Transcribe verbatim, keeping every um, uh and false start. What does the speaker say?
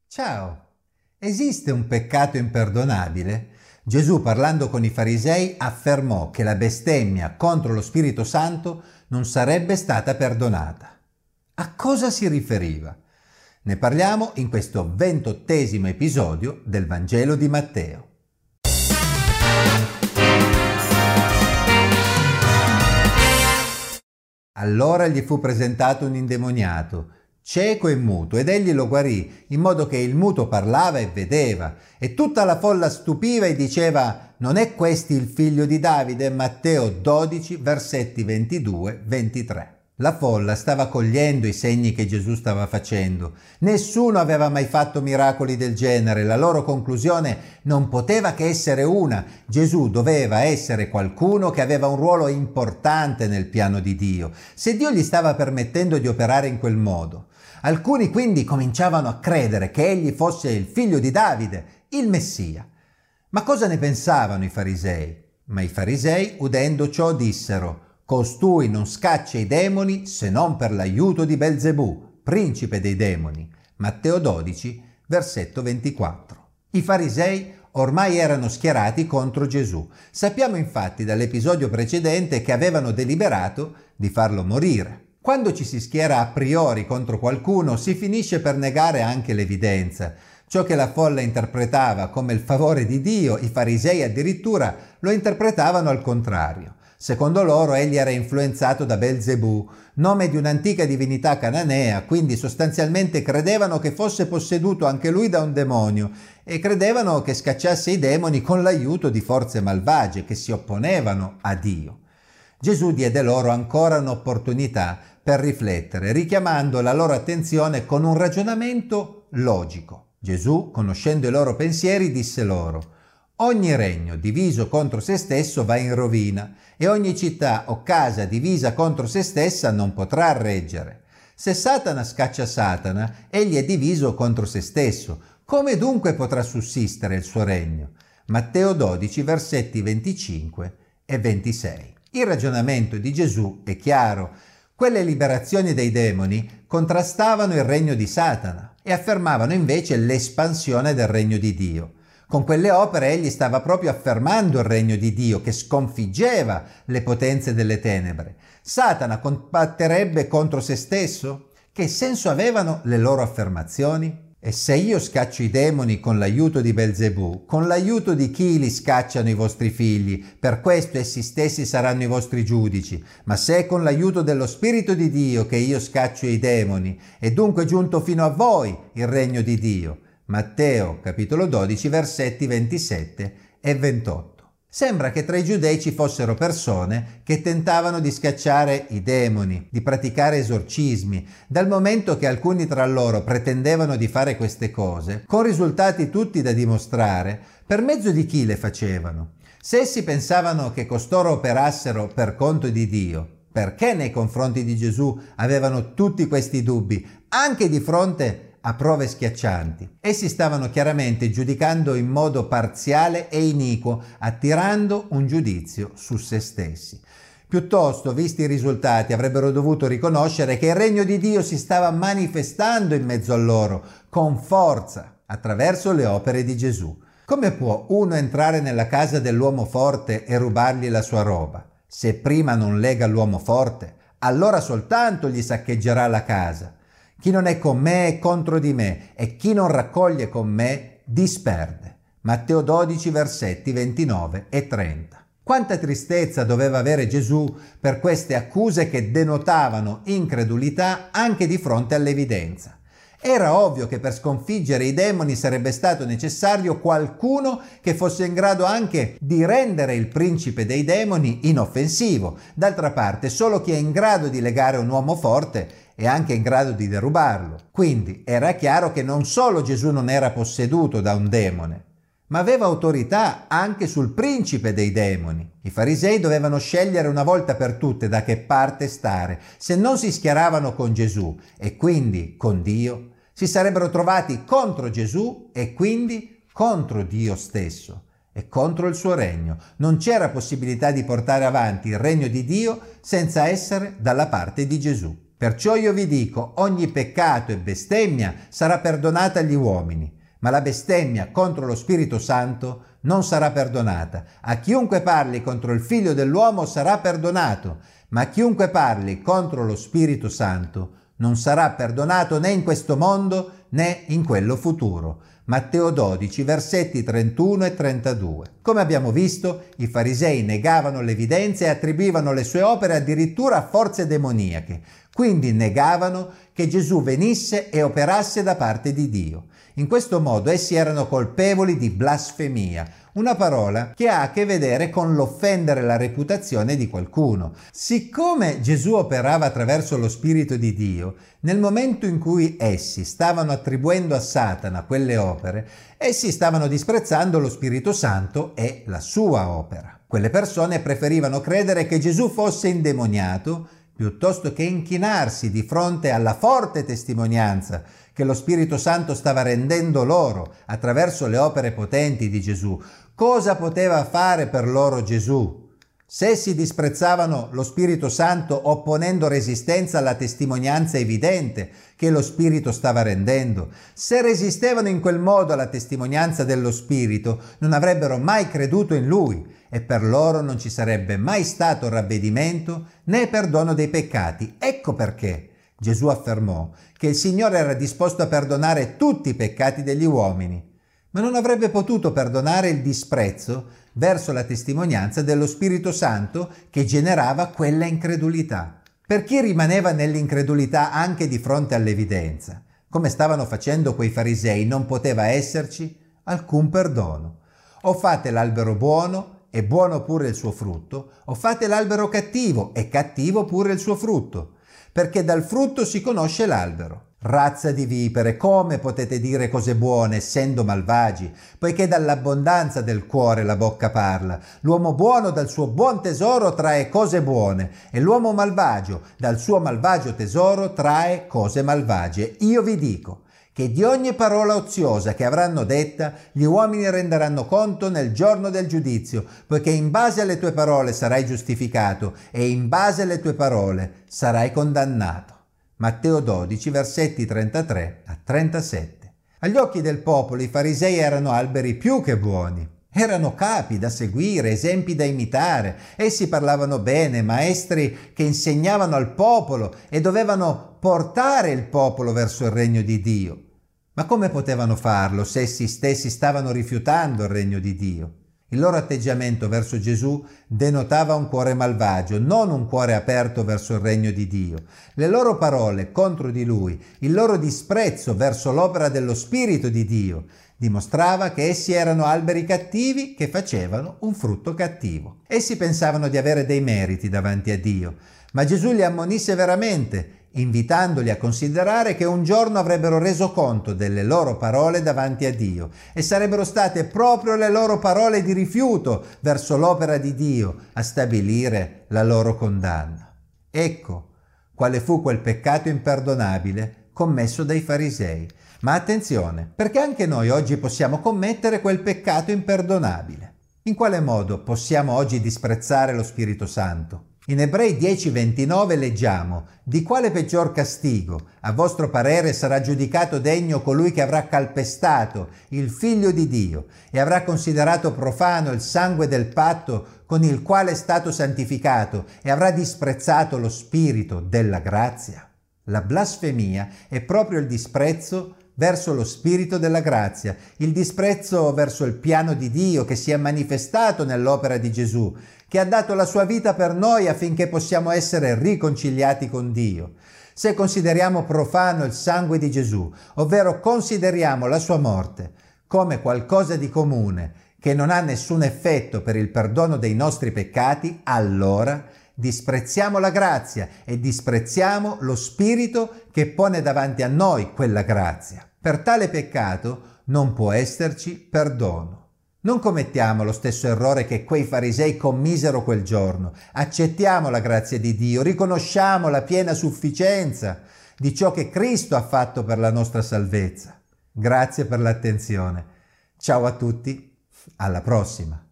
Ciao! Esiste un peccato imperdonabile? Gesù, parlando con i farisei, affermò che la bestemmia contro lo Spirito Santo non sarebbe stata perdonata. A cosa si riferiva? Ne parliamo in questo ventottesimo episodio del Vangelo di Matteo. Allora gli fu presentato un indemoniato, cieco e muto, ed egli lo guarì, in modo che il muto parlava e vedeva. E tutta la folla stupiva e diceva: non è questi il figlio di Davide? Matteo dodici, versetti ventidue ventitré. La folla stava cogliendo i segni che Gesù stava facendo. Nessuno aveva mai fatto miracoli del genere. La loro conclusione non poteva che essere una: Gesù doveva essere qualcuno che aveva un ruolo importante nel piano di Dio, se Dio gli stava permettendo di operare in quel modo. Alcuni quindi cominciavano a credere che egli fosse il figlio di Davide, il Messia. Ma cosa ne pensavano i farisei? Ma i farisei, udendo ciò, dissero: costui non scaccia i demoni se non per l'aiuto di Belzebù, principe dei demoni. Matteo dodici, versetto ventiquattro. I farisei ormai erano schierati contro Gesù. Sappiamo infatti dall'episodio precedente che avevano deliberato di farlo morire. Quando ci si schiera a priori contro qualcuno, si finisce per negare anche l'evidenza. Ciò che la folla interpretava come il favore di Dio, i farisei addirittura lo interpretavano al contrario. Secondo loro egli era influenzato da Belzebù, nome di un'antica divinità cananea, quindi sostanzialmente credevano che fosse posseduto anche lui da un demonio e credevano che scacciasse i demoni con l'aiuto di forze malvagie che si opponevano a Dio. Gesù diede loro ancora un'opportunità per riflettere, richiamando la loro attenzione con un ragionamento logico. Gesù, conoscendo i loro pensieri, disse loro: ogni regno diviso contro se stesso va in rovina, e ogni città o casa divisa contro se stessa non potrà reggere. Se Satana scaccia Satana, egli è diviso contro se stesso. Come dunque potrà sussistere il suo regno? Matteo dodici, versetti venticinque e ventisei. Il ragionamento di Gesù è chiaro. Quelle liberazioni dei demoni contrastavano il regno di Satana e affermavano invece l'espansione del regno di Dio. Con quelle opere egli stava proprio affermando il regno di Dio, che sconfiggeva le potenze delle tenebre. Satana combatterebbe contro se stesso? Che senso avevano le loro affermazioni? E se io scaccio i demoni con l'aiuto di Belzebù, con l'aiuto di chi li scacciano i vostri figli? Per questo essi stessi saranno i vostri giudici. Ma se è con l'aiuto dello Spirito di Dio che io scaccio i demoni, è dunque giunto fino a voi il regno di Dio. Matteo capitolo dodici, versetti ventisette e ventotto. Sembra che tra i giudei ci fossero persone che tentavano di scacciare i demoni, di praticare esorcismi, dal momento che alcuni tra loro pretendevano di fare queste cose, con risultati tutti da dimostrare. Per mezzo di chi le facevano? Se essi pensavano che costoro operassero per conto di Dio, perché nei confronti di Gesù avevano tutti questi dubbi, anche di fronte a prove schiaccianti? Essi stavano chiaramente giudicando in modo parziale e iniquo, attirando un giudizio su se stessi. Piuttosto, visti i risultati, avrebbero dovuto riconoscere che il regno di Dio si stava manifestando in mezzo a loro, con forza, attraverso le opere di Gesù. Come può uno entrare nella casa dell'uomo forte e rubargli la sua roba? Se prima non lega l'uomo forte, allora soltanto gli saccheggerà la casa. Chi non è con me è contro di me, e chi non raccoglie con me disperde. Matteo dodici, versetti ventinove e trenta. Quanta tristezza doveva avere Gesù per queste accuse che denotavano incredulità anche di fronte all'evidenza. Era ovvio che per sconfiggere i demoni sarebbe stato necessario qualcuno che fosse in grado anche di rendere il principe dei demoni inoffensivo. D'altra parte, solo chi è in grado di legare un uomo forte è anche in grado di derubarlo. Quindi era chiaro che non solo Gesù non era posseduto da un demone, ma aveva autorità anche sul principe dei demoni. I farisei dovevano scegliere una volta per tutte da che parte stare. Se non si schieravano con Gesù e quindi con Dio, si sarebbero trovati contro Gesù e quindi contro Dio stesso e contro il suo regno. Non c'era possibilità di portare avanti il regno di Dio senza essere dalla parte di Gesù. Perciò io vi dico, ogni peccato e bestemmia sarà perdonata agli uomini, ma la bestemmia contro lo Spirito Santo non sarà perdonata. A chiunque parli contro il Figlio dell'uomo sarà perdonato, ma a chiunque parli contro lo Spirito Santo non sarà perdonato né in questo mondo né in quello futuro. Matteo dodici, versetti trentuno e trentadue. Come abbiamo visto, i farisei negavano l'evidenza e attribuivano le sue opere addirittura a forze demoniache, quindi negavano che Gesù venisse e operasse da parte di Dio. In questo modo essi erano colpevoli di blasfemia, una parola che ha a che vedere con l'offendere la reputazione di qualcuno. Siccome Gesù operava attraverso lo Spirito di Dio, nel momento in cui essi stavano attribuendo a Satana quelle opere, essi stavano disprezzando lo Spirito Santo e la sua opera. Quelle persone preferivano credere che Gesù fosse indemoniato piuttosto che inchinarsi di fronte alla forte testimonianza che lo Spirito Santo stava rendendo loro attraverso le opere potenti di Gesù. Cosa poteva fare per loro Gesù? Se essi disprezzavano lo Spirito Santo opponendo resistenza alla testimonianza evidente che lo Spirito stava rendendo, se resistevano in quel modo alla testimonianza dello Spirito, non avrebbero mai creduto in Lui e per loro non ci sarebbe mai stato ravvedimento né perdono dei peccati. Ecco perché Gesù affermò che il Signore era disposto a perdonare tutti i peccati degli uomini, ma non avrebbe potuto perdonare il disprezzo verso la testimonianza dello Spirito Santo che generava quella incredulità. Per chi rimaneva nell'incredulità anche di fronte all'evidenza, come stavano facendo quei farisei, non poteva esserci alcun perdono. O fate l'albero buono e buono pure il suo frutto, o fate l'albero cattivo e cattivo pure il suo frutto, perché dal frutto si conosce l'albero. Razza di vipere, come potete dire cose buone essendo malvagi, poiché dall'abbondanza del cuore la bocca parla. L'uomo buono dal suo buon tesoro trae cose buone e l'uomo malvagio dal suo malvagio tesoro trae cose malvagie. Io vi dico che di ogni parola oziosa che avranno detta gli uomini renderanno conto nel giorno del giudizio, poiché in base alle tue parole sarai giustificato e in base alle tue parole sarai condannato. Matteo dodici, versetti trentatré a trentasette. Agli occhi del popolo i farisei erano alberi più che buoni. Erano capi da seguire, esempi da imitare. Essi parlavano bene, maestri che insegnavano al popolo e dovevano portare il popolo verso il regno di Dio. Ma come potevano farlo se essi stessi stavano rifiutando il regno di Dio? Il loro atteggiamento verso Gesù denotava un cuore malvagio, non un cuore aperto verso il regno di Dio. Le loro parole contro di Lui, il loro disprezzo verso l'opera dello Spirito di Dio, dimostrava che essi erano alberi cattivi che facevano un frutto cattivo. Essi pensavano di avere dei meriti davanti a Dio, ma Gesù li ammonì severamente, invitandoli a considerare che un giorno avrebbero reso conto delle loro parole davanti a Dio e sarebbero state proprio le loro parole di rifiuto verso l'opera di Dio a stabilire la loro condanna. Ecco quale fu quel peccato imperdonabile commesso dai farisei. Ma attenzione, perché anche noi oggi possiamo commettere quel peccato imperdonabile. In quale modo possiamo oggi disprezzare lo Spirito Santo? In Ebrei dieci ventinove leggiamo: «Di quale peggior castigo, a vostro parere, sarà giudicato degno colui che avrà calpestato il Figlio di Dio e avrà considerato profano il sangue del patto con il quale è stato santificato e avrà disprezzato lo Spirito della grazia?» La blasfemia è proprio il disprezzo verso lo Spirito della grazia, il disprezzo verso il piano di Dio che si è manifestato nell'opera di Gesù, che ha dato la sua vita per noi affinché possiamo essere riconciliati con Dio. Se consideriamo profano il sangue di Gesù, ovvero consideriamo la sua morte come qualcosa di comune, che non ha nessun effetto per il perdono dei nostri peccati, allora disprezziamo la grazia e disprezziamo lo Spirito che pone davanti a noi quella grazia. Per tale peccato non può esserci perdono. Non commettiamo lo stesso errore che quei farisei commisero quel giorno. Accettiamo la grazia di Dio, riconosciamo la piena sufficienza di ciò che Cristo ha fatto per la nostra salvezza. Grazie per l'attenzione. Ciao a tutti, alla prossima.